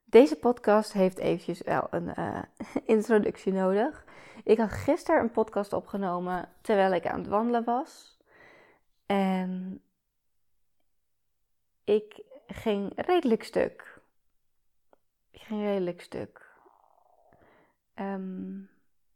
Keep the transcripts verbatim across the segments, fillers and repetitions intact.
Deze podcast heeft eventjes wel een uh, introductie nodig. Ik had gisteren een podcast opgenomen terwijl ik aan het wandelen was. En ik ging redelijk stuk. Ik ging redelijk stuk. Um,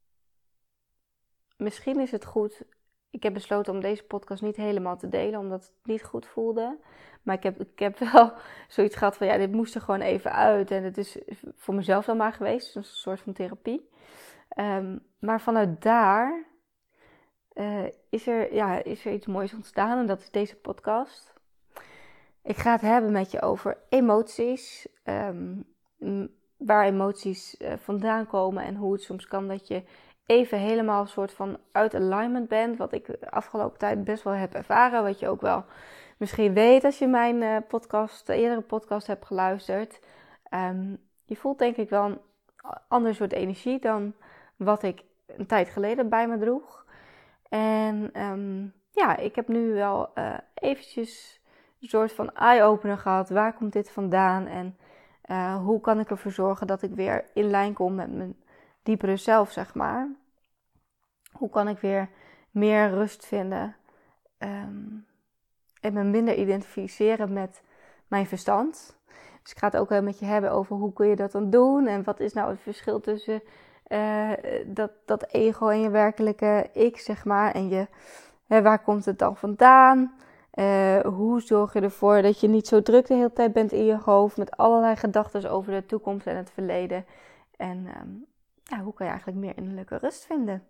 misschien is het goed. Ik heb besloten om deze podcast niet helemaal te delen, omdat het niet goed voelde. Maar ik heb, ik heb wel zoiets gehad van, ja, dit moest er gewoon even uit. En het is voor mezelf dan maar geweest, een soort van therapie. Um, maar vanuit daar uh, is, er, ja, is er iets moois ontstaan en dat is deze podcast. Ik ga het hebben met je over emoties. Um, waar emoties uh, vandaan komen en hoe het soms kan dat je even helemaal een soort van uit alignment bent. Wat ik de afgelopen tijd best wel heb ervaren. Wat je ook wel misschien weet als je mijn uh, podcast, de eerdere podcast hebt geluisterd. Um, je voelt denk ik wel een ander soort energie dan wat ik een tijd geleden bij me droeg. En um, ja, ik heb nu wel uh, eventjes een soort van eye-opener gehad. Waar komt dit vandaan? En uh, hoe kan ik ervoor zorgen dat ik weer in lijn kom met mijn diepere zelf, zeg maar. Hoe kan ik weer meer rust vinden um, en me minder identificeren met mijn verstand. Dus ik ga het ook uh, met je hebben over hoe kun je dat dan doen en wat is nou het verschil tussen uh, dat, dat ego en je werkelijke ik, zeg maar. En je, uh, waar komt het dan vandaan? Uh, hoe zorg je ervoor dat je niet zo druk de hele tijd bent in je hoofd met allerlei gedachten over de toekomst en het verleden. En um, ja, hoe kan je eigenlijk meer innerlijke rust vinden?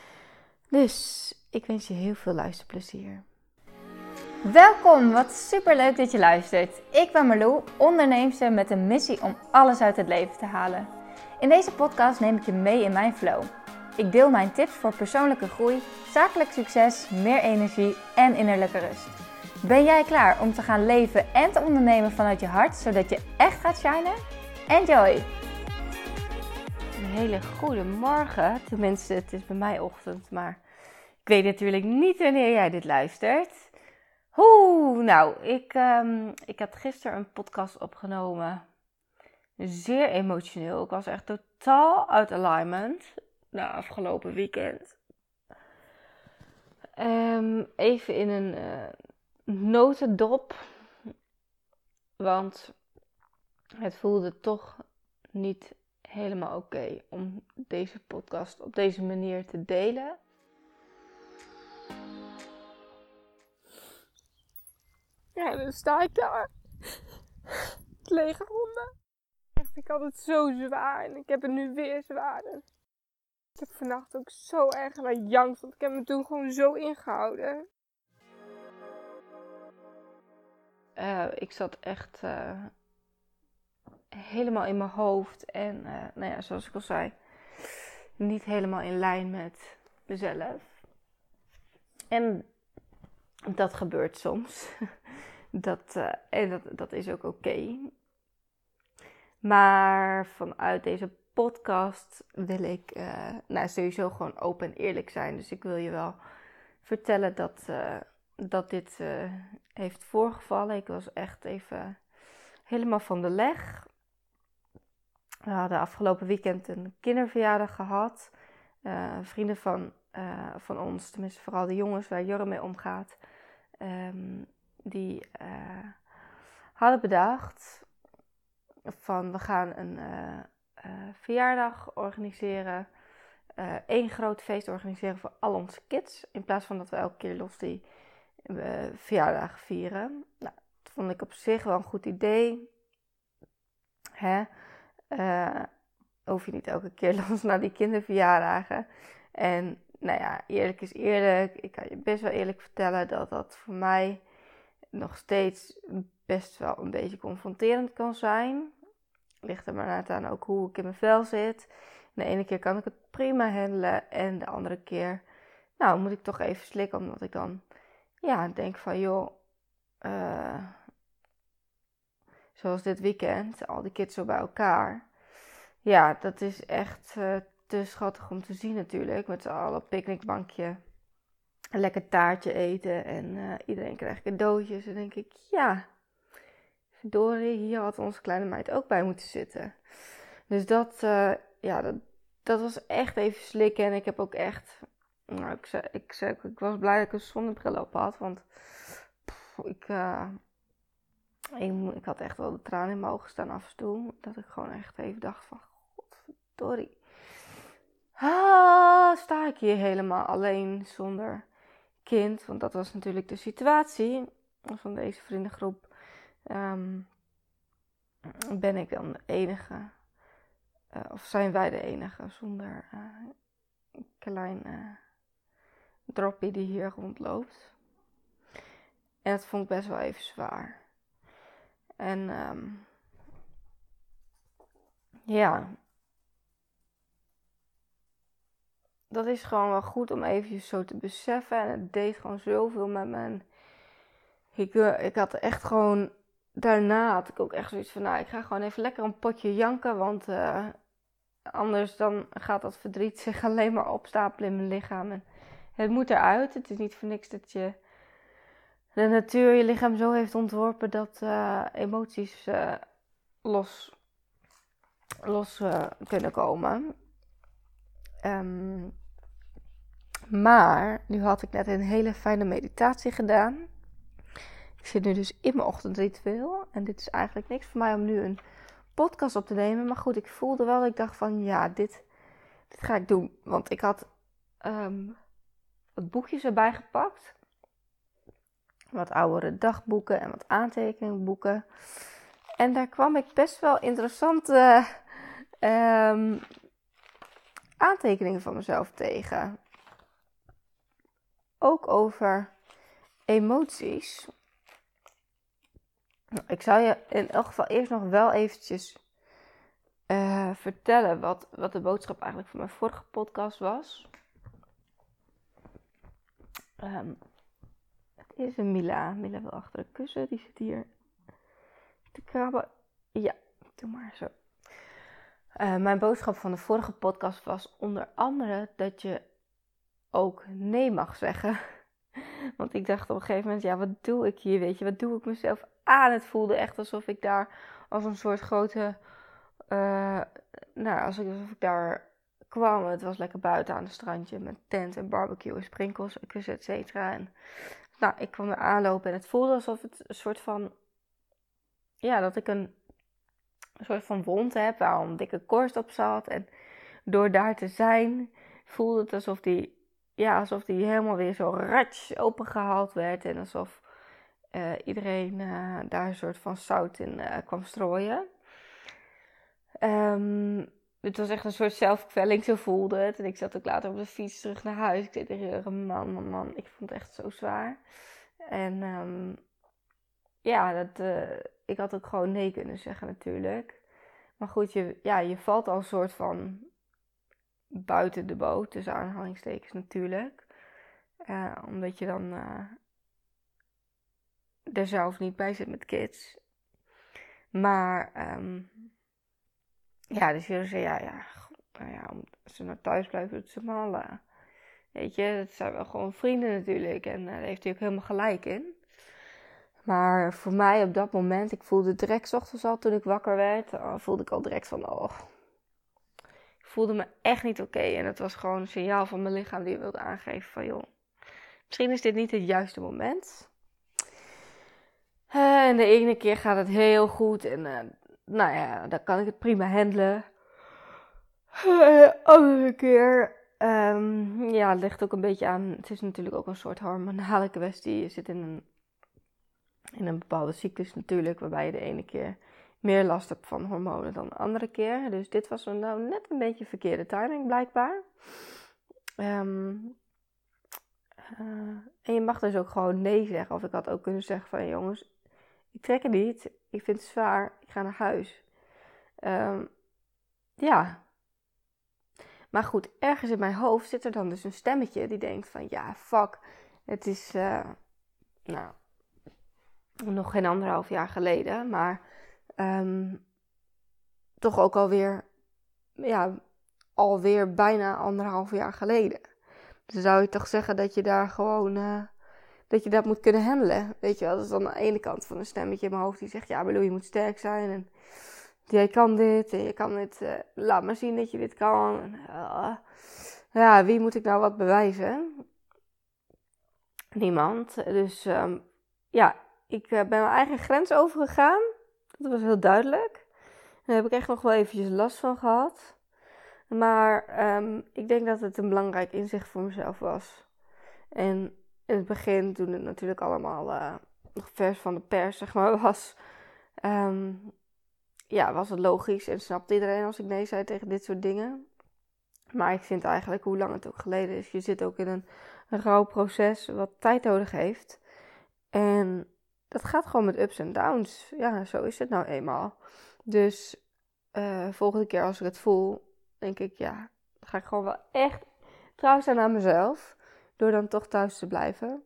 Dus ik wens je heel veel luisterplezier. Welkom, wat superleuk dat je luistert. Ik ben Marlou, onderneemster met een missie om alles uit het leven te halen. In deze podcast neem ik je mee in mijn flow. Ik deel mijn tips voor persoonlijke groei, zakelijk succes, meer energie en innerlijke rust. Ben jij klaar om te gaan leven en te ondernemen vanuit je hart, zodat je echt gaat shinen? Enjoy! Een hele goede morgen. Tenminste, het is bij mij ochtend, maar ik weet natuurlijk niet wanneer jij dit luistert. Oeh, nou, ik, um, ik had gisteren een podcast opgenomen. Zeer emotioneel. Ik was echt totaal uit alignment. Nou, afgelopen weekend. Um, even in een uh, notendop. Want het voelde toch niet helemaal oké okay om deze podcast op deze manier te delen. Ja, dan sta ik daar. Het lege handen. Echt, ik had het zo zwaar en ik heb het nu weer zwaarder. Ik heb vannacht ook zo erg gejankt, want ik heb me toen gewoon zo ingehouden. Uh, ik zat echt uh, helemaal in mijn hoofd en uh, nou ja, zoals ik al zei, niet helemaal in lijn met mezelf. En dat gebeurt soms. Dat, uh, en dat, dat is ook oké. Okay. Maar vanuit deze podcast wil ik uh, nou, sowieso gewoon open en eerlijk zijn. Dus ik wil je wel vertellen dat, uh, dat dit uh, heeft voorgevallen. Ik was echt even helemaal van de leg. We hadden afgelopen weekend een kinderverjaardag gehad. Uh, vrienden van, uh, van ons, tenminste vooral de jongens waar Jorre mee omgaat. Um, die uh, hadden bedacht van we gaan een uh, uh, verjaardag organiseren. Uh, één groot feest organiseren voor al onze kids. In plaats van dat we elke keer los die uh, verjaardag vieren. Nou, dat vond ik op zich wel een goed idee. Hè? Uh, hoef je niet elke keer los naar die kinderverjaardagen. En nou ja, eerlijk is eerlijk. Ik kan je best wel eerlijk vertellen dat dat voor mij nog steeds best wel een beetje confronterend kan zijn. Ligt er maar net aan ook hoe ik in mijn vel zit. De ene keer kan ik het prima handelen. En de andere keer, nou, moet ik toch even slikken. Omdat ik dan, ja, denk van, joh. Uh, zoals dit weekend. Al die kids zo bij elkaar. Ja, dat is echt uh, te schattig om te zien natuurlijk. Met z'n allen op picknickbankje. Een lekker taartje eten. En uh, iedereen krijgt cadeautjes. En dan denk ik, ja. verdorie, hier had onze kleine meid ook bij moeten zitten. Dus dat, uh, ja, dat, dat was echt even slikken. En ik heb ook echt, nou, ik, zei, ik, zei, ik was blij dat ik een zonnebril op had. Want pff, ik, uh, ik, ik had echt wel de tranen in mijn ogen staan af en toe. Dat ik gewoon echt even dacht van, godverdorie. Ah, sta ik hier helemaal alleen zonder kind. Want dat was natuurlijk de situatie van deze vriendengroep. Um, ben ik dan de enige, uh, of zijn wij de enige zonder uh, een klein uh, droppie die hier rondloopt. En dat vond ik best wel even zwaar. En um, ja, dat is gewoon wel goed om eventjes zo te beseffen. En het deed gewoon zoveel met me. En ik, uh, ik had echt gewoon, daarna had ik ook echt zoiets van, nou, ik ga gewoon even lekker een potje janken. Want uh, anders dan gaat dat verdriet zich alleen maar opstapelen in mijn lichaam. En het moet eruit. Het is niet voor niks dat je de natuur je lichaam zo heeft ontworpen dat uh, emoties uh, los, los uh, kunnen komen. Um, maar nu had ik net een hele fijne meditatie gedaan. Ik zit nu dus in mijn ochtendritueel. En dit is eigenlijk niks voor mij om nu een podcast op te nemen. Maar goed, ik voelde wel dat ik dacht van ja, dit, dit ga ik doen. Want ik had um, wat boekjes erbij gepakt. Wat oudere dagboeken en wat aantekeningboeken. En daar kwam ik best wel interessante um, aantekeningen van mezelf tegen. Ook over emoties. Ik zal je in elk geval eerst nog wel eventjes uh, vertellen wat, wat de boodschap eigenlijk van mijn vorige podcast was. Um, het is een Mila. Mila wil achter een kussen. Die zit hier te krabben. Ja, doe maar zo. Uh, mijn boodschap van de vorige podcast was onder andere dat je ook nee mag zeggen. Want ik dacht op een gegeven moment, ja, wat doe ik hier, weet je, wat doe ik mezelf aan? Het voelde echt alsof ik daar als een soort grote, uh, nou, alsof ik daar kwam. Het was lekker buiten aan het strandje met tent en barbecue en sprinkels en kussen, et cetera. En nou, ik kwam er aanlopen en het voelde alsof het een soort van, ja, dat ik een, een soort van wond heb waar een dikke korst op zat. En door daar te zijn, voelde het alsof die, ja, alsof die helemaal weer zo ratsch opengehaald werd. En alsof uh, iedereen uh, daar een soort van zout in uh, kwam strooien. Um, het was echt een soort zelfkwelling, zo voelde het. En ik zat ook later op de fiets terug naar huis. Ik zei tegen Jurgen, man, man, man, ik vond het echt zo zwaar. En um, ja, dat, uh, ik had ook gewoon nee kunnen zeggen natuurlijk. Maar goed, je, ja, je valt al een soort van buiten de boot, tussen aanhalingstekens natuurlijk. Uh, omdat je dan uh, er zelf niet bij zit met kids. Maar um, ja, dus jullie zei, ja, ja, nou ja, als ze naar thuis blijven, doet ze mallen. Weet je, dat zijn wel gewoon vrienden natuurlijk. En uh, daar heeft hij ook helemaal gelijk in. Maar voor mij op dat moment, ik voelde direct 's ochtends al toen ik wakker werd, uh, voelde ik al direct van, oh, ik voelde me echt niet oké. Okay. En het was gewoon een signaal van mijn lichaam die wilde aangeven van, joh, misschien is dit niet het juiste moment. Uh, en de ene keer gaat het heel goed en uh, nou ja, dan kan ik het prima handelen. Uh, de andere keer, um, ja, het ligt ook een beetje aan, het is natuurlijk ook een soort hormonale kwestie. Je zit in een, in een bepaalde cyclus natuurlijk, waarbij je de ene keer meer last hebt van hormonen dan de andere keer. Dus dit was nou net een beetje verkeerde timing blijkbaar. Um, uh, en je mag dus ook gewoon nee zeggen. Of ik had ook kunnen zeggen van, jongens, ik trek het niet. Ik vind het zwaar. Ik ga naar huis. Um, ja. Maar goed, ergens in mijn hoofd zit er dan dus een stemmetje die denkt van, ja, fuck. Het is, uh, nou, nog geen anderhalf jaar geleden. Maar um, toch ook alweer, ja, alweer bijna anderhalf jaar geleden. Dus dan zou je toch zeggen dat je daar gewoon, uh, dat je dat moet kunnen handelen. Weet je wel, dat is dan aan de ene kant van een stemmetje in mijn hoofd die zegt, ja Malou, je moet sterk zijn en jij kan dit en je kan dit, uh, laat maar zien dat je dit kan. En, uh, ja, wie moet ik nou wat bewijzen? Niemand. Dus um, ja, ik uh, ben mijn eigen grens overgegaan. Dat was heel duidelijk. Daar heb ik echt nog wel eventjes last van gehad. Maar um, ik denk dat het een belangrijk inzicht voor mezelf was. En in het begin, toen het natuurlijk allemaal uh, nog vers van de pers, zeg maar, was... Um, ja, was het logisch en snapte iedereen als ik nee zei tegen dit soort dingen. Maar ik vind eigenlijk, hoe lang het ook geleden is, je zit ook in een rouwproces wat tijd nodig heeft. En dat gaat gewoon met ups en downs. Ja, zo is het nou eenmaal. Dus uh, volgende keer als ik het voel, denk ik, ja, dan ga ik gewoon wel echt trouw zijn aan mezelf. Door dan toch thuis te blijven.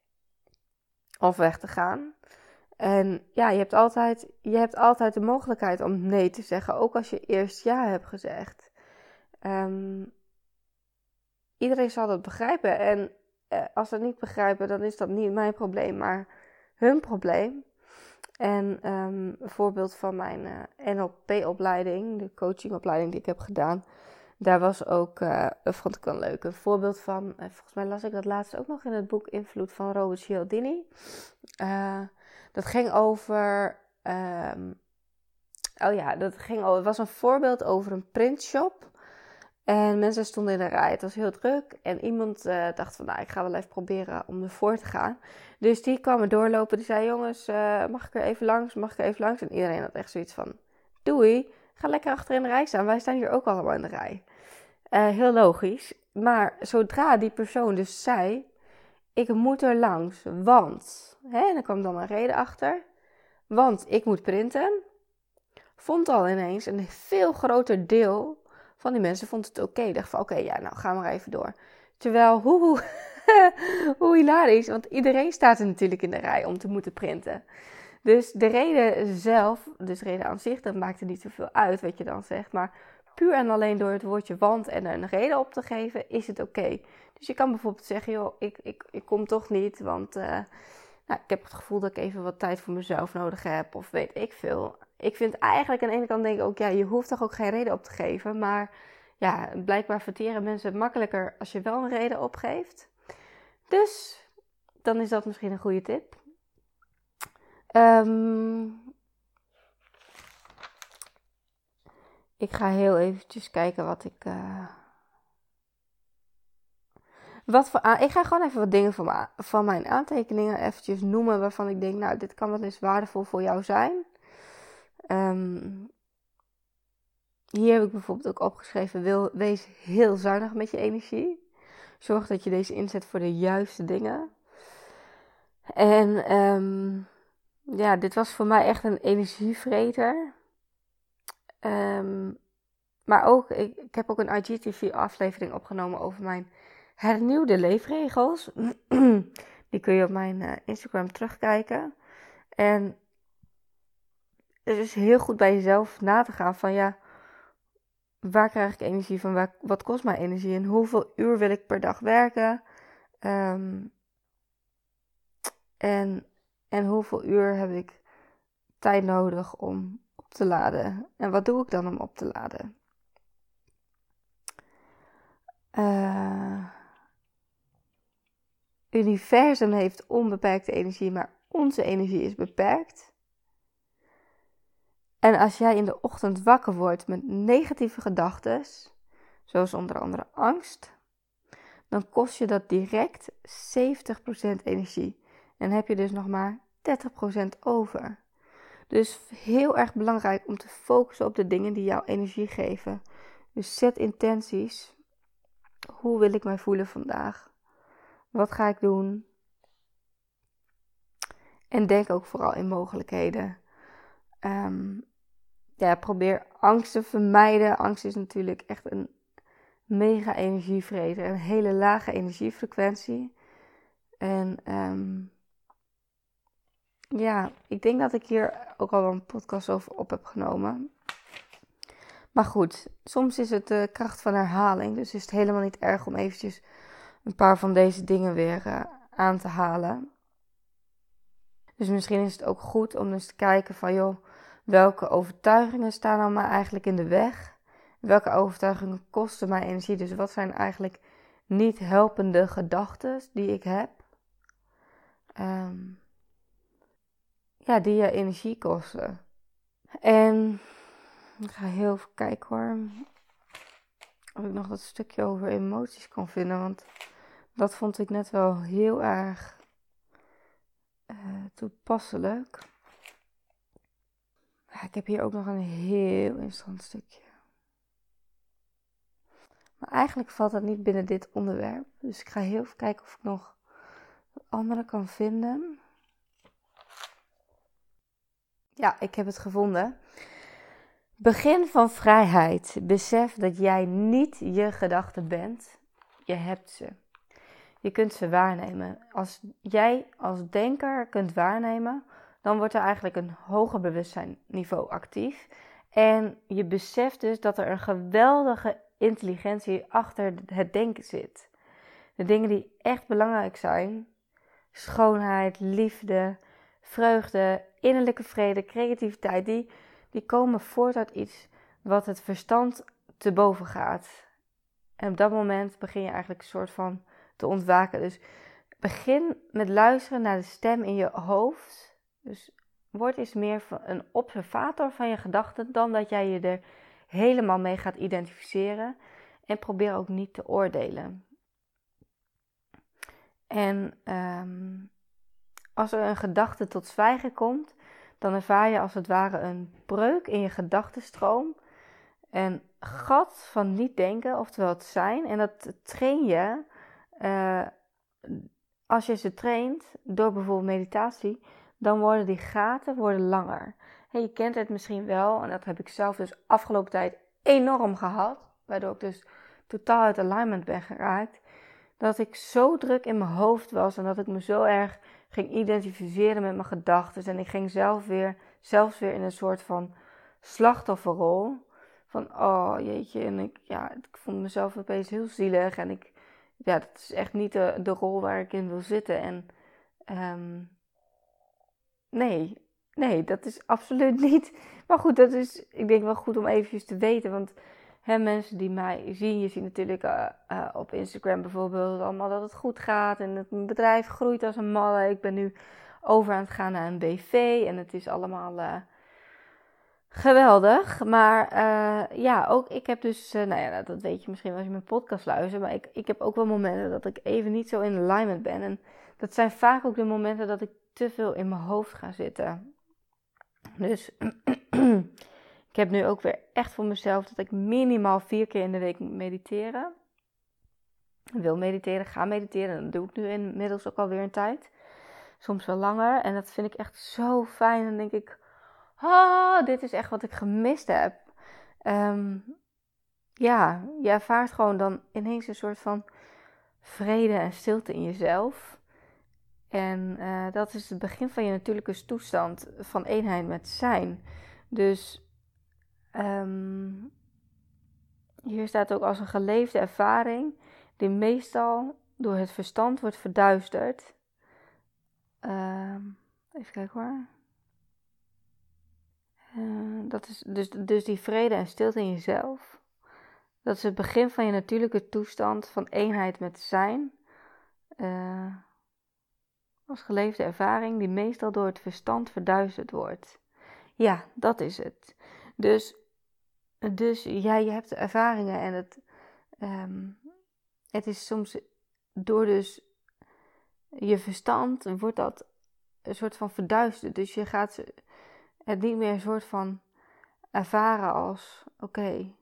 Of weg te gaan. En ja, je hebt altijd, je hebt altijd de mogelijkheid om nee te zeggen. Ook als je eerst ja hebt gezegd. Um, iedereen zal dat begrijpen. En uh, als ze het niet begrijpen, dan is dat niet mijn probleem, maar hun probleem. En um, een voorbeeld van mijn uh, N L P-opleiding, de coachingopleiding die ik heb gedaan. Daar was ook, uh, dat vond ik wel leuk, een voorbeeld van. Uh, volgens mij las ik dat laatst ook nog in het boek Invloed van Robert Cialdini. Uh, dat ging over... Um, oh ja, dat ging over, het was een voorbeeld over een printshop. En mensen stonden in de rij. Het was heel druk. En iemand uh, dacht van, nou, ik ga wel even proberen om ervoor te gaan. Dus die kwam er doorlopen. Die zei, jongens, uh, mag ik er even langs? Mag ik er even langs? En iedereen had echt zoiets van, doei, ga lekker achter in de rij staan. Wij staan hier ook allemaal in de rij. Uh, heel logisch. Maar zodra die persoon dus zei, ik moet er langs, want... Hè, en er kwam dan een reden achter. Want ik moet printen. Vond al ineens een veel groter deel van die mensen vond het oké. Okay. Dacht van oké, okay, ja, nou gaan we maar even door. Terwijl, hoe, hoe, hoe hilarisch. Want iedereen staat er natuurlijk in de rij om te moeten printen. Dus de reden zelf, dus de reden aan zich, dat maakt er niet zoveel uit wat je dan zegt. Maar puur en alleen door het woordje want en er een reden op te geven, is het oké. Okay. Dus je kan bijvoorbeeld zeggen, joh, ik, ik, ik kom toch niet, want uh, nou, ik heb het gevoel dat ik even wat tijd voor mezelf nodig heb. Of weet ik veel. Ik vind eigenlijk aan de ene kant denk ik ook, ja, je hoeft toch ook geen reden op te geven. Maar ja, blijkbaar verteren mensen het makkelijker als je wel een reden opgeeft. Dus dan is dat misschien een goede tip. Um, ik ga heel eventjes kijken wat ik... Uh, wat voor aan, ik ga gewoon even wat dingen van, mijn, van mijn aantekeningen eventjes noemen waarvan ik denk, nou, dit kan wel eens waardevol voor jou zijn. Um, hier heb ik bijvoorbeeld ook opgeschreven, wil, wees heel zuinig met je energie. Zorg dat je deze inzet voor de juiste dingen. En um, ja, dit was voor mij echt een energievreter. Um, maar ook, ik, ik heb ook een I G T V aflevering opgenomen over mijn hernieuwde leefregels. Die kun je op mijn uh, Instagram terugkijken. En het is heel goed bij jezelf na te gaan van ja, waar krijg ik energie van? Waar, wat kost mij energie? En hoeveel uur wil ik per dag werken? Um, en, en hoeveel uur heb ik tijd nodig om op te laden? En wat doe ik dan om op te laden? Uh, universum heeft onbeperkte energie, maar onze energie is beperkt. En als jij in de ochtend wakker wordt met negatieve gedachten, zoals onder andere angst, dan kost je dat direct zeventig procent energie. En heb je dus nog maar dertig procent over. Dus heel erg belangrijk om te focussen op de dingen die jou energie geven. Dus zet intenties. Hoe wil ik mij voelen vandaag? Wat ga ik doen? En denk ook vooral in mogelijkheden. Um, ja, probeer angst te vermijden. Angst is natuurlijk echt een mega energievreter. Een hele lage energiefrequentie. En um, ja, ik denk dat ik hier ook al een podcast over op heb genomen. Maar goed, soms is het de kracht van herhaling. Dus is het helemaal niet erg om eventjes een paar van deze dingen weer uh, aan te halen. Dus misschien is het ook goed om eens te kijken van, joh, welke overtuigingen staan nou maar eigenlijk in de weg? Welke overtuigingen kosten mij energie? Dus wat zijn eigenlijk niet helpende gedachten die ik heb? Um, ja, die je energie kosten. En ik ga heel even kijken hoor. Of ik nog dat stukje over emoties kan vinden. Want dat vond ik net wel heel erg uh, toepasselijk. Ja, ik heb hier ook nog een heel interessant stukje. Maar eigenlijk valt dat niet binnen dit onderwerp. Dus ik ga heel even kijken of ik nog wat andere kan vinden. Ja, ik heb het gevonden. Begin van vrijheid. Besef dat jij niet je gedachten bent. Je hebt ze. Je kunt ze waarnemen. Als jij als denker kunt waarnemen, dan wordt er eigenlijk een hoger bewustzijnniveau actief. En je beseft dus dat er een geweldige intelligentie achter het denken zit. De dingen die echt belangrijk zijn, schoonheid, liefde, vreugde, innerlijke vrede, creativiteit, die, die komen voort uit iets wat het verstand te boven gaat. En op dat moment begin je eigenlijk een soort van te ontwaken. Dus begin met luisteren naar de stem in je hoofd. Dus word eens meer een observator van je gedachten dan dat jij je er helemaal mee gaat identificeren. En probeer ook niet te oordelen. En um, als er een gedachte tot zwijgen komt, dan ervaar je als het ware een breuk in je gedachtenstroom. Een gat van niet denken, oftewel het zijn. En dat train je, uh, als je ze traint, door bijvoorbeeld meditatie, dan worden die gaten worden langer. En je kent het misschien wel, en dat heb ik zelf dus afgelopen tijd enorm gehad, waardoor ik dus totaal uit alignment ben geraakt, dat ik zo druk in mijn hoofd was en dat ik me zo erg ging identificeren met mijn gedachten. En ik ging zelf weer, zelfs weer in een soort van slachtofferrol. Van, oh jeetje, en ik, ja, ik vond mezelf opeens heel zielig. En ik, ja, dat is echt niet de, de rol waar ik in wil zitten. En um, nee, nee, dat is absoluut niet. Maar goed, dat is, ik denk wel goed om eventjes te weten. Want hè, mensen die mij zien, je ziet natuurlijk uh, uh, op Instagram bijvoorbeeld allemaal dat het goed gaat. En het mijn bedrijf groeit als een malle. Ik ben nu over aan het gaan naar een B V. En het is allemaal uh, geweldig. Maar uh, ja, ook ik heb dus, uh, nou ja, dat weet je misschien wel als je mijn podcast luistert. Maar ik, ik heb ook wel momenten dat ik even niet zo in alignment ben. En dat zijn vaak ook de momenten dat ik te veel in mijn hoofd ga zitten. Dus ik heb nu ook weer echt voor mezelf dat ik minimaal vier keer in de week moet mediteren. Ik wil mediteren, ga mediteren. Dat doe ik nu inmiddels ook alweer een tijd. Soms wel langer. En dat vind ik echt zo fijn. En dan denk ik, oh, dit is echt wat ik gemist heb. Um, ja, je ervaart gewoon dan ineens een soort van vrede en stilte in jezelf. En uh, dat is het begin van je natuurlijke toestand van eenheid met zijn. Dus um, hier staat ook als een geleefde ervaring die meestal door het verstand wordt verduisterd. Uh, even kijken hoor. Uh, dat is dus, dus die vrede en stilte in jezelf. Dat is het begin van je natuurlijke toestand van eenheid met zijn. Uh, als geleefde ervaring die meestal door het verstand verduisterd wordt. Ja, dat is het. Dus, dus ja, je hebt ervaringen en het, um, het is soms door dus je verstand wordt dat een soort van verduisterd. Dus je gaat het niet meer een soort van ervaren als, oké, okay,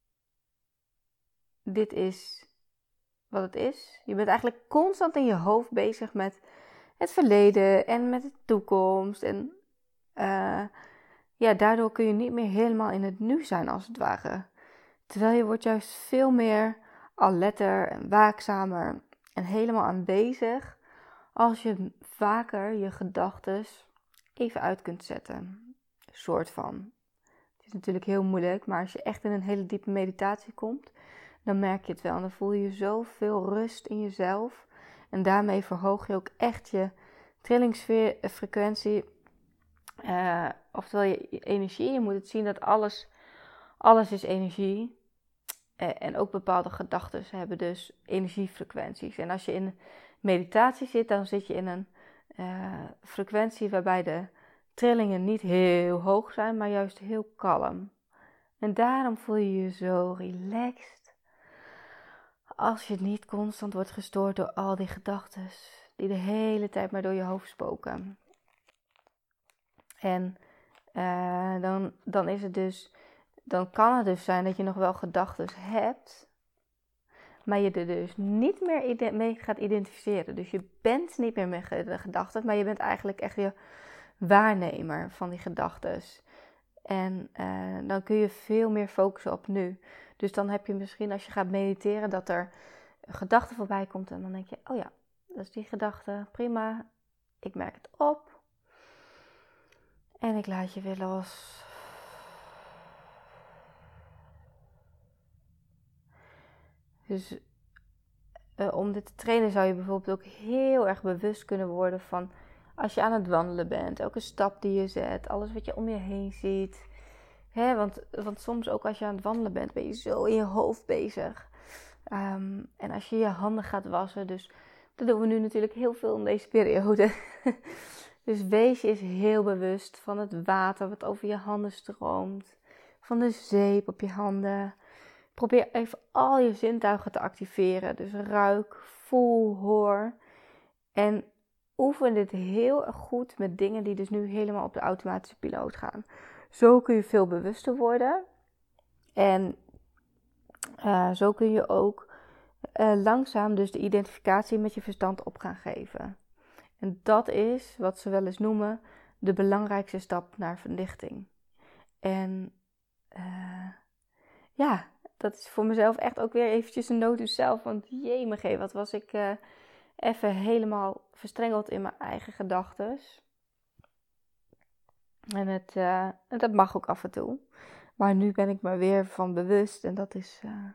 dit is wat het is. Je bent eigenlijk constant in je hoofd bezig met het verleden en met de toekomst. En uh, ja, daardoor kun je niet meer helemaal in het nu zijn als het ware. Terwijl je wordt juist veel meer alerter en waakzamer en helemaal aanwezig als je vaker je gedachten even uit kunt zetten. Soort van. Het is natuurlijk heel moeilijk, maar als je echt in een hele diepe meditatie komt, dan merk je het wel. En dan voel je zoveel rust in jezelf. En daarmee verhoog je ook echt je trillingsfrequentie, uh, oftewel je, je energie. Je moet het zien dat alles, alles is energie. Uh, en ook bepaalde gedachten hebben dus energiefrequenties. En als je in meditatie zit, dan zit je in een uh, frequentie waarbij de trillingen niet heel hoog zijn, maar juist heel kalm. En daarom voel je je zo relaxed. Als je niet constant wordt gestoord door al die gedachten die de hele tijd maar door je hoofd spoken. En uh, dan, dan is het dus, dan kan het dus zijn dat je nog wel gedachten hebt, maar je er dus niet meer mee gaat identificeren. Dus je bent niet meer met de gedachten, maar je bent eigenlijk echt je waarnemer van die gedachten. En uh, dan kun je veel meer focussen op nu. Dus dan heb je misschien als je gaat mediteren dat er een gedachte voorbij komt. En dan denk je, oh ja, dat is die gedachte. Prima, ik merk het op. En ik laat je weer los. Dus uh, om dit te trainen zou je bijvoorbeeld ook heel erg bewust kunnen worden van als je aan het wandelen bent, elke stap die je zet, alles wat je om je heen ziet. Hè, want, want soms ook als je aan het wandelen bent, ben je zo in je hoofd bezig. Um, en als je je handen gaat wassen, dus dat doen we nu natuurlijk heel veel in deze periode. Dus wees je eens heel bewust van het water wat over je handen stroomt. Van de zeep op je handen. Probeer even al je zintuigen te activeren. Dus ruik, voel, hoor. En oefen dit heel erg goed met dingen die dus nu helemaal op de automatische piloot gaan. Zo kun je veel bewuster worden. En uh, zo kun je ook uh, langzaam dus de identificatie met je verstand op gaan geven. En dat is wat ze wel eens noemen de belangrijkste stap naar verlichting. En uh, ja, dat is voor mezelf echt ook weer eventjes een noot to self. Want jemige, wat was ik uh, even helemaal verstrengeld in mijn eigen gedachten. En het, uh, dat mag ook af en toe. Maar nu ben ik me weer van bewust. En dat is, uh,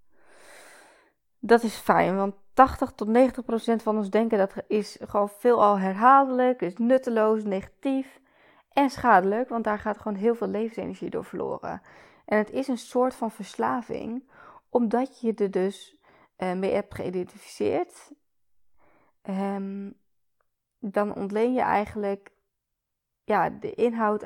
dat is fijn. Want tachtig tot negentig procent van ons denken dat is gewoon veelal herhaaldelijk. Is nutteloos, negatief en schadelijk. Want daar gaat gewoon heel veel levensenergie door verloren. En het is een soort van verslaving. Omdat je er dus uh, mee hebt geïdentificeerd. Um, dan ontleen je eigenlijk ja, de inhoud.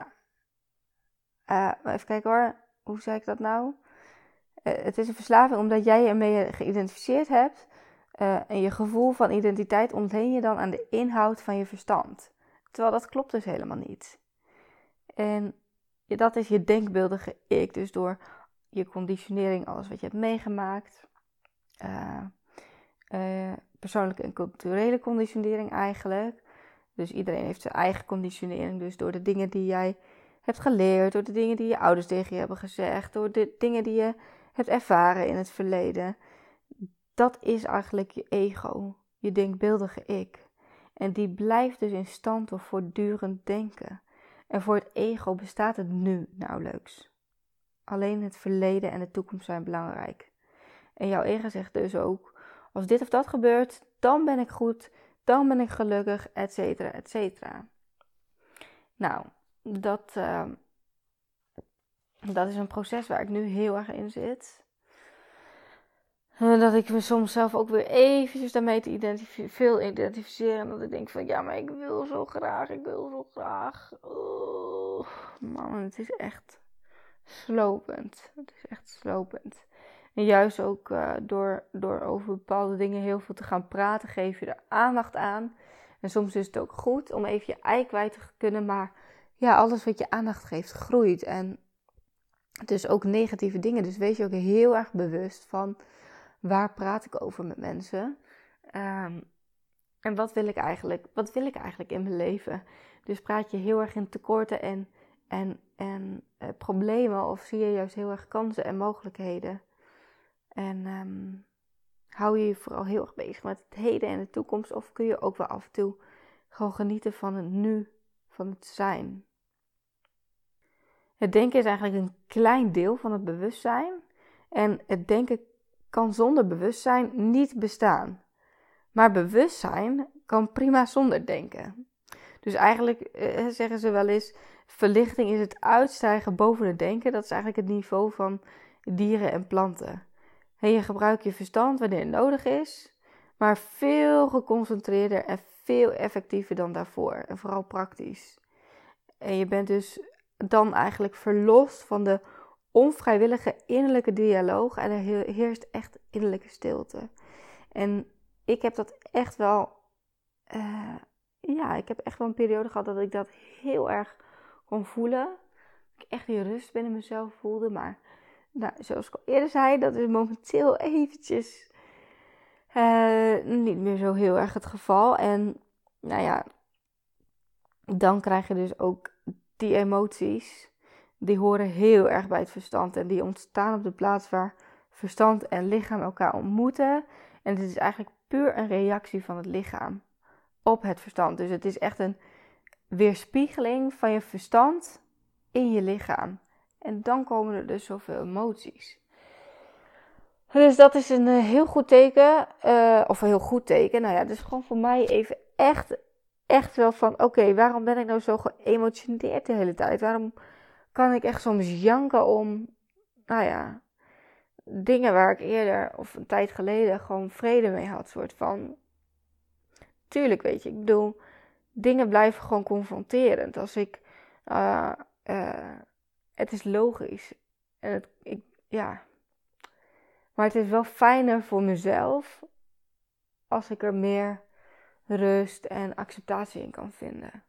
Uh, even kijken hoor. Hoe zei ik dat nou? Uh, het is een verslaving omdat jij ermee geïdentificeerd hebt. Uh, en je gevoel van identiteit ontleen je dan aan de inhoud van je verstand. Terwijl dat klopt dus helemaal niet. En ja, dat is je denkbeeldige ik. Dus door je conditionering, alles wat je hebt meegemaakt. Uh, uh, persoonlijke en culturele conditionering eigenlijk. Dus iedereen heeft zijn eigen conditionering. Dus door de dingen die jij hebt geleerd, door de dingen die je ouders tegen je hebben gezegd, door de dingen die je hebt ervaren in het verleden. Dat is eigenlijk je ego, je denkbeeldige ik. En die blijft dus in stand door voortdurend denken. En voor het ego bestaat het nu nauwelijks. Alleen het verleden en de toekomst zijn belangrijk. En jouw ego zegt dus ook, als dit of dat gebeurt, dan ben ik goed, dan ben ik gelukkig, et cetera, et cetera. Nou, dat, uh, dat is een proces waar ik nu heel erg in zit. En dat ik me soms zelf ook weer eventjes daarmee te identif- veel identificeer. En dat ik denk van, ja, maar ik wil zo graag, ik wil zo graag. Oh, man, het is echt slopend. Het is echt slopend. En juist ook uh, door, door over bepaalde dingen heel veel te gaan praten, geef je er aandacht aan. En soms is het ook goed om even je ei kwijt te kunnen, maar ja, alles wat je aandacht geeft groeit. En dus ook negatieve dingen. Dus wees je ook heel erg bewust van waar praat ik over met mensen. Um, en wat wil ik eigenlijk, wat wil ik eigenlijk in mijn leven? Dus praat je heel erg in tekorten en, en, en uh, problemen of zie je juist heel erg kansen en mogelijkheden. En um, hou je je vooral heel erg bezig met het heden en de toekomst. Of kun je ook wel af en toe gewoon genieten van het nu, van het zijn. Het denken is eigenlijk een klein deel van het bewustzijn. En het denken kan zonder bewustzijn niet bestaan. Maar bewustzijn kan prima zonder denken. Dus eigenlijk eh, zeggen ze wel eens, verlichting is het uitstijgen boven het denken. Dat is eigenlijk het niveau van dieren en planten. En je gebruikt je verstand wanneer het nodig is, maar veel geconcentreerder en veel effectiever dan daarvoor. En vooral praktisch. En je bent dus dan eigenlijk verlost van de onvrijwillige innerlijke dialoog en er heerst echt innerlijke stilte. En ik heb dat echt wel, uh, ja, ik heb echt wel een periode gehad dat ik dat heel erg kon voelen. Dat ik echt die rust binnen mezelf voelde. Maar nou, zoals ik al eerder zei, dat is momenteel eventjes uh, niet meer zo heel erg het geval. En nou ja, dan krijg je dus ook die emoties. Die horen heel erg bij het verstand. En die ontstaan op de plaats waar verstand en lichaam elkaar ontmoeten. En het is eigenlijk puur een reactie van het lichaam op het verstand. Dus het is echt een weerspiegeling van je verstand in je lichaam. En dan komen er dus zoveel emoties. Dus dat is een heel goed teken. Uh, of een heel goed teken. Nou ja, dus gewoon voor mij even echt, echt wel van... Oké, okay, waarom ben ik nou zo geëmotioneerd de hele tijd? Waarom kan ik echt soms janken om... Nou ja... dingen waar ik eerder of een tijd geleden gewoon vrede mee had. Soort van... Tuurlijk, weet je, ik bedoel... Dingen blijven gewoon confronterend. Als ik... Uh, uh, het is logisch. En het, ik, ja... Maar het is wel fijner voor mezelf... als ik er meer rust en acceptatie in kan vinden.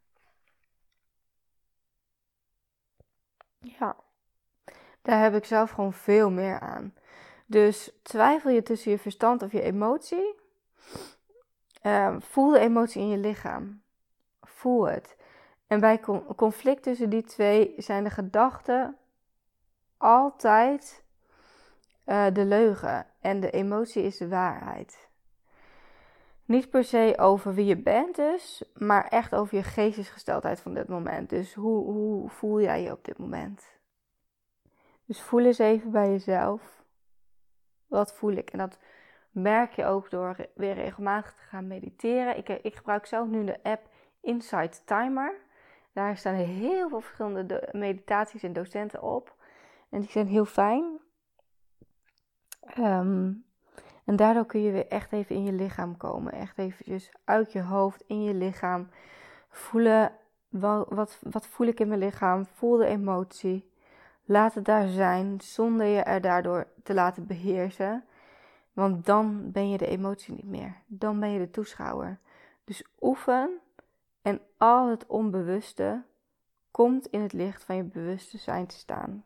Ja. Daar heb ik zelf gewoon veel meer aan. Dus twijfel je tussen je verstand of je emotie. Uh, voel de emotie in je lichaam. Voel het. En bij conflict tussen die twee zijn de gedachten altijd uh, de leugen. En de emotie is de waarheid. Niet per se over wie je bent dus, maar echt over je geestesgesteldheid van dit moment. Dus hoe, hoe voel jij je op dit moment? Dus voel eens even bij jezelf. Wat voel ik? En dat merk je ook door weer regelmatig te gaan mediteren. Ik, ik gebruik zelf nu de app Insight Timer. Daar staan heel veel verschillende meditaties en docenten op. En die zijn heel fijn. Um, en daardoor kun je weer echt even in je lichaam komen. Echt eventjes uit je hoofd, in je lichaam. Voelen, wat, wat, wat voel ik in mijn lichaam? Voel de emotie. Laat het daar zijn, zonder je er daardoor te laten beheersen. Want dan ben je de emotie niet meer. Dan ben je de toeschouwer. Dus oefen en al het onbewuste komt in het licht van je bewuste zijn te staan.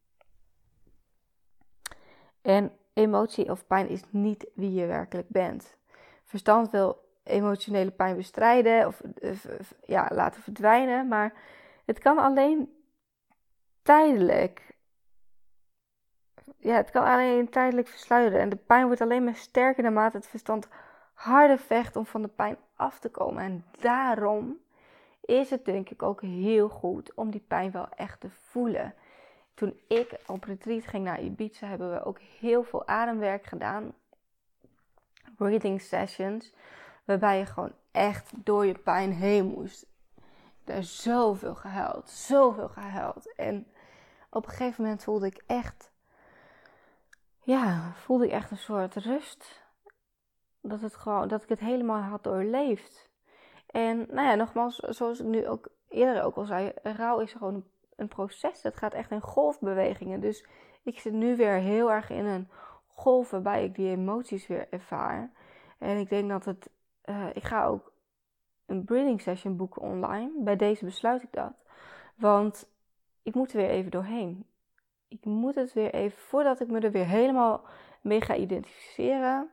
En emotie of pijn is niet wie je werkelijk bent. Verstand wil emotionele pijn bestrijden of ja, laten verdwijnen. Maar het kan alleen tijdelijk. Ja, het kan alleen tijdelijk versluieren. En de pijn wordt alleen maar sterker naarmate het verstand harder vecht om van de pijn af te komen. En daarom is het denk ik ook heel goed om die pijn wel echt te voelen. Toen ik op retreat ging naar Ibiza, hebben we ook heel veel ademwerk gedaan. Breathing sessions. Waarbij je gewoon echt door je pijn heen moest. Er is zoveel gehuild. Zoveel gehuild. En op een gegeven moment voelde ik echt... Ja, voelde ik echt een soort rust. Dat, het gewoon, dat ik het helemaal had doorleefd. En nou ja, nogmaals, zoals ik nu ook eerder ook al zei. Rouw is gewoon een een proces. Het gaat echt in golfbewegingen. Dus ik zit nu weer heel erg in een golf waarbij ik die emoties weer ervaar. En ik denk dat het... Uh, ik ga ook een breathing session boeken online. Bij deze besluit ik dat. Want ik moet er weer even doorheen. Ik moet het weer even... Voordat ik me er weer helemaal mee ga identificeren.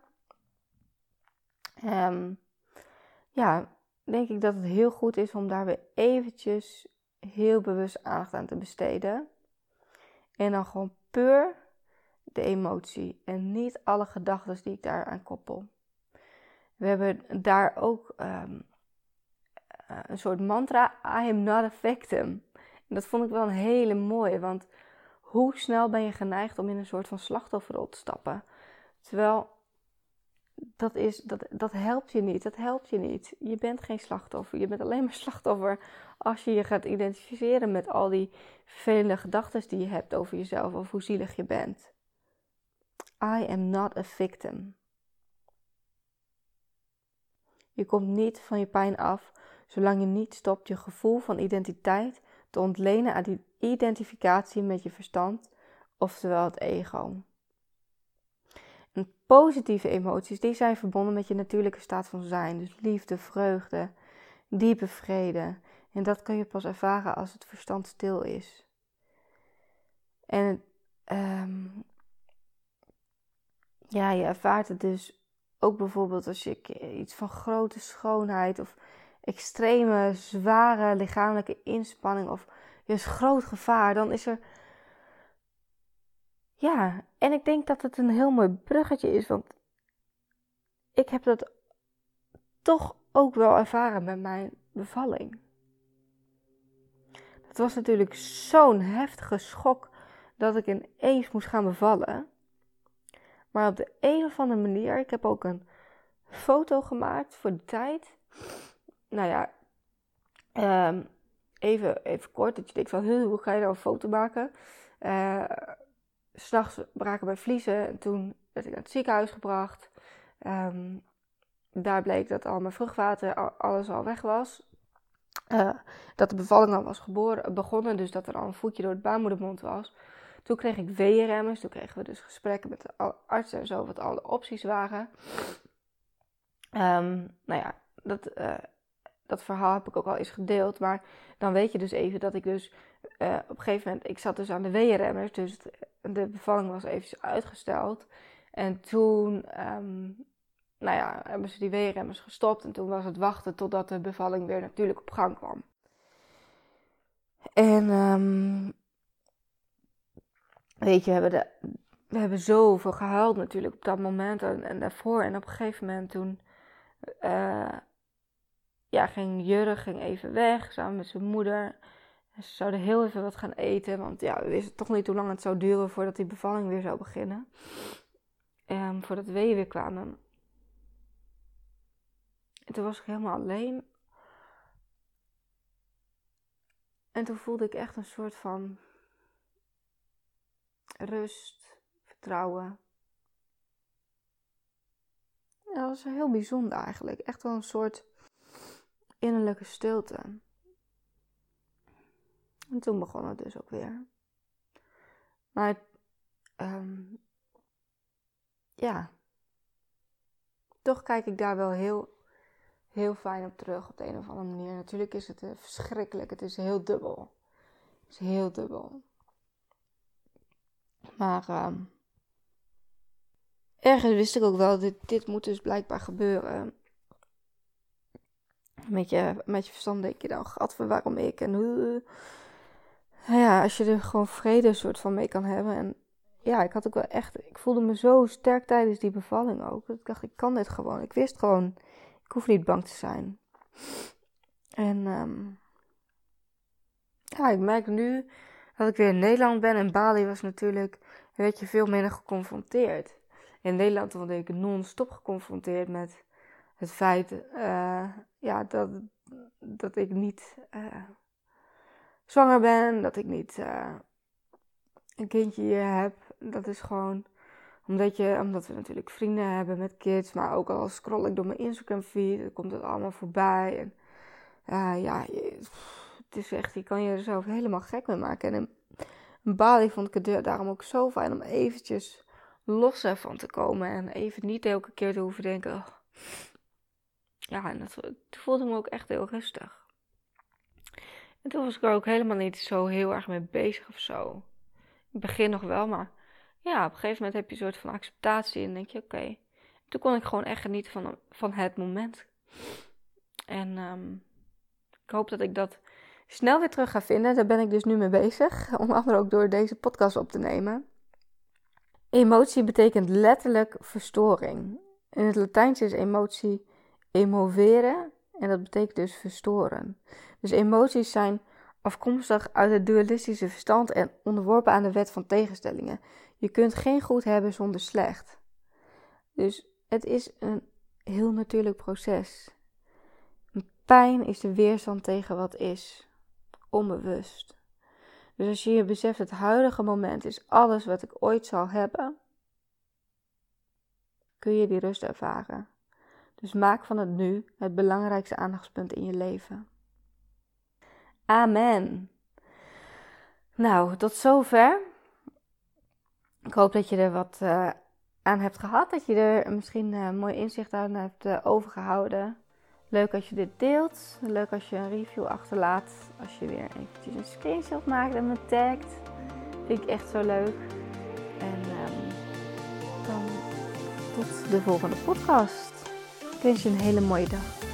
Um, ja, denk ik dat het heel goed is om daar weer eventjes... heel bewust aandacht aan te besteden. En dan gewoon puur de emotie. En niet alle gedachten die ik daar aan koppel. We hebben daar ook um, een soort mantra. I am not a victim. En dat vond ik wel een hele mooie. Want hoe snel ben je geneigd om in een soort van slachtofferrol te stappen. Terwijl dat, is, dat, dat helpt je niet. Dat helpt je niet. Je bent geen slachtoffer. Je bent alleen maar slachtoffer als je je gaat identificeren met al die vervelende gedachten die je hebt over jezelf of hoe zielig je bent. I am not a victim. Je komt niet van je pijn af zolang je niet stopt je gevoel van identiteit te ontlenen aan die identificatie met je verstand, oftewel het ego. En positieve emoties, die zijn verbonden met je natuurlijke staat van zijn. Dus liefde, vreugde, diepe vrede. En dat kun je pas ervaren als het verstand stil is. En um, ja, je ervaart het dus ook bijvoorbeeld als je iets van grote schoonheid of extreme, zware lichamelijke inspanning of juist groot gevaar, dan is er... Ja, en ik denk dat het een heel mooi bruggetje is, want ik heb dat toch ook wel ervaren met mijn bevalling. Het was natuurlijk zo'n heftige schok dat ik ineens moest gaan bevallen. Maar op de een of andere manier, ik heb ook een foto gemaakt voor de tijd. Nou ja, um, even, even kort, dat je denkt van, hoe ga je nou een foto maken? Uh, 's Nachts braken bij vliezen en toen werd ik naar het ziekenhuis gebracht. Um, daar bleek dat al mijn vruchtwater, alles al weg was. Uh, dat de bevalling al was geboren, begonnen, dus dat er al een voetje door het baarmoedermond was. Toen kreeg ik weeënremmers, toen kregen we dus gesprekken met de artsen en zo, wat alle opties waren. Um, nou ja, dat, uh, dat verhaal heb ik ook al eens gedeeld, maar dan weet je dus even dat ik dus uh, op een gegeven moment, ik zat dus aan de weeënremmers, dus het, de bevalling was eventjes uitgesteld. En toen, um, nou ja, hebben ze die weeënremmers gestopt en toen was het wachten totdat de bevalling weer natuurlijk op gang kwam. En um, weet je, we hebben, de, we hebben zoveel gehuild natuurlijk op dat moment en, en daarvoor. En op een gegeven moment toen uh, ja, ging Jurre ging even weg samen met zijn moeder. En ze zouden heel even wat gaan eten, want ja, we wisten toch niet hoe lang het zou duren voordat die bevalling weer zou beginnen. Um, voordat de weeën weer kwamen. En toen was ik helemaal alleen. En toen voelde ik echt een soort van rust, vertrouwen. En dat was heel bijzonder eigenlijk. Echt wel een soort innerlijke stilte. En toen begon het dus ook weer. Maar um, ja, toch kijk ik daar wel heel, heel fijn op terug op de een of andere manier. Natuurlijk is het uh, verschrikkelijk. Het is heel dubbel. Het is heel dubbel. Maar um, ergens wist ik ook wel, dit, dit moet dus blijkbaar gebeuren. Met je, met je verstand denk je dan, gadver, waarom ik? En uh, ja, als je er gewoon vrede soort van mee kan hebben. En ja, ik had ook wel echt, ik voelde me zo sterk tijdens die bevalling ook. Dat ik dacht, ik kan dit gewoon. Ik wist gewoon, ik hoef niet bang te zijn. En um, ja, ik merk nu dat ik weer in Nederland ben. En Bali was natuurlijk, werd je veel minder geconfronteerd. In Nederland word ik non-stop geconfronteerd met het feit uh, ja, dat, dat ik niet uh, zwanger ben. Dat ik niet uh, een kindje hier heb. Dat is gewoon omdat, je, omdat we natuurlijk vrienden hebben met kids. Maar ook al scroll ik door mijn Instagram feed, dan komt het allemaal voorbij. En uh, ja, je, het is echt, je kan je er zelf helemaal gek mee maken. En in, in Bali vond ik het daarom ook zo fijn om eventjes los ervan te komen. En even niet elke keer te hoeven denken. Oh. Ja, en dat, toen voelde ik me ook echt heel rustig. En toen was ik er ook helemaal niet zo heel erg mee bezig of zo. In het begin nog wel, maar ja, op een gegeven moment heb je een soort van acceptatie. En denk je, oké. Okay. Toen kon ik gewoon echt genieten van, van het moment. En um, ik hoop dat ik dat snel weer terug ga vinden. Daar ben ik dus nu mee bezig. Onder andere ook door deze podcast op te nemen. Emotie betekent letterlijk verstoring. In het Latijns is emotie emovere. En dat betekent dus verstoren. Dus emoties zijn afkomstig uit het dualistische verstand en onderworpen aan de wet van tegenstellingen. Je kunt geen goed hebben zonder slecht. Dus het is een heel natuurlijk proces. Pijn is de weerstand tegen wat is. Onbewust. Dus als je je beseft, het huidige moment is alles wat ik ooit zal hebben, kun je die rust ervaren. Dus maak van het nu het belangrijkste aandachtspunt in je leven. Amen. Nou, tot zover. Ik hoop dat je er wat uh, aan hebt gehad. Dat je er misschien uh, een mooi inzicht aan hebt uh, overgehouden. Leuk als je dit deelt. Leuk als je een review achterlaat. Als je weer eventjes een screenshot maakt en me tagt. Vind ik echt zo leuk. En um, dan tot de volgende podcast. Ik wens je een hele mooie dag.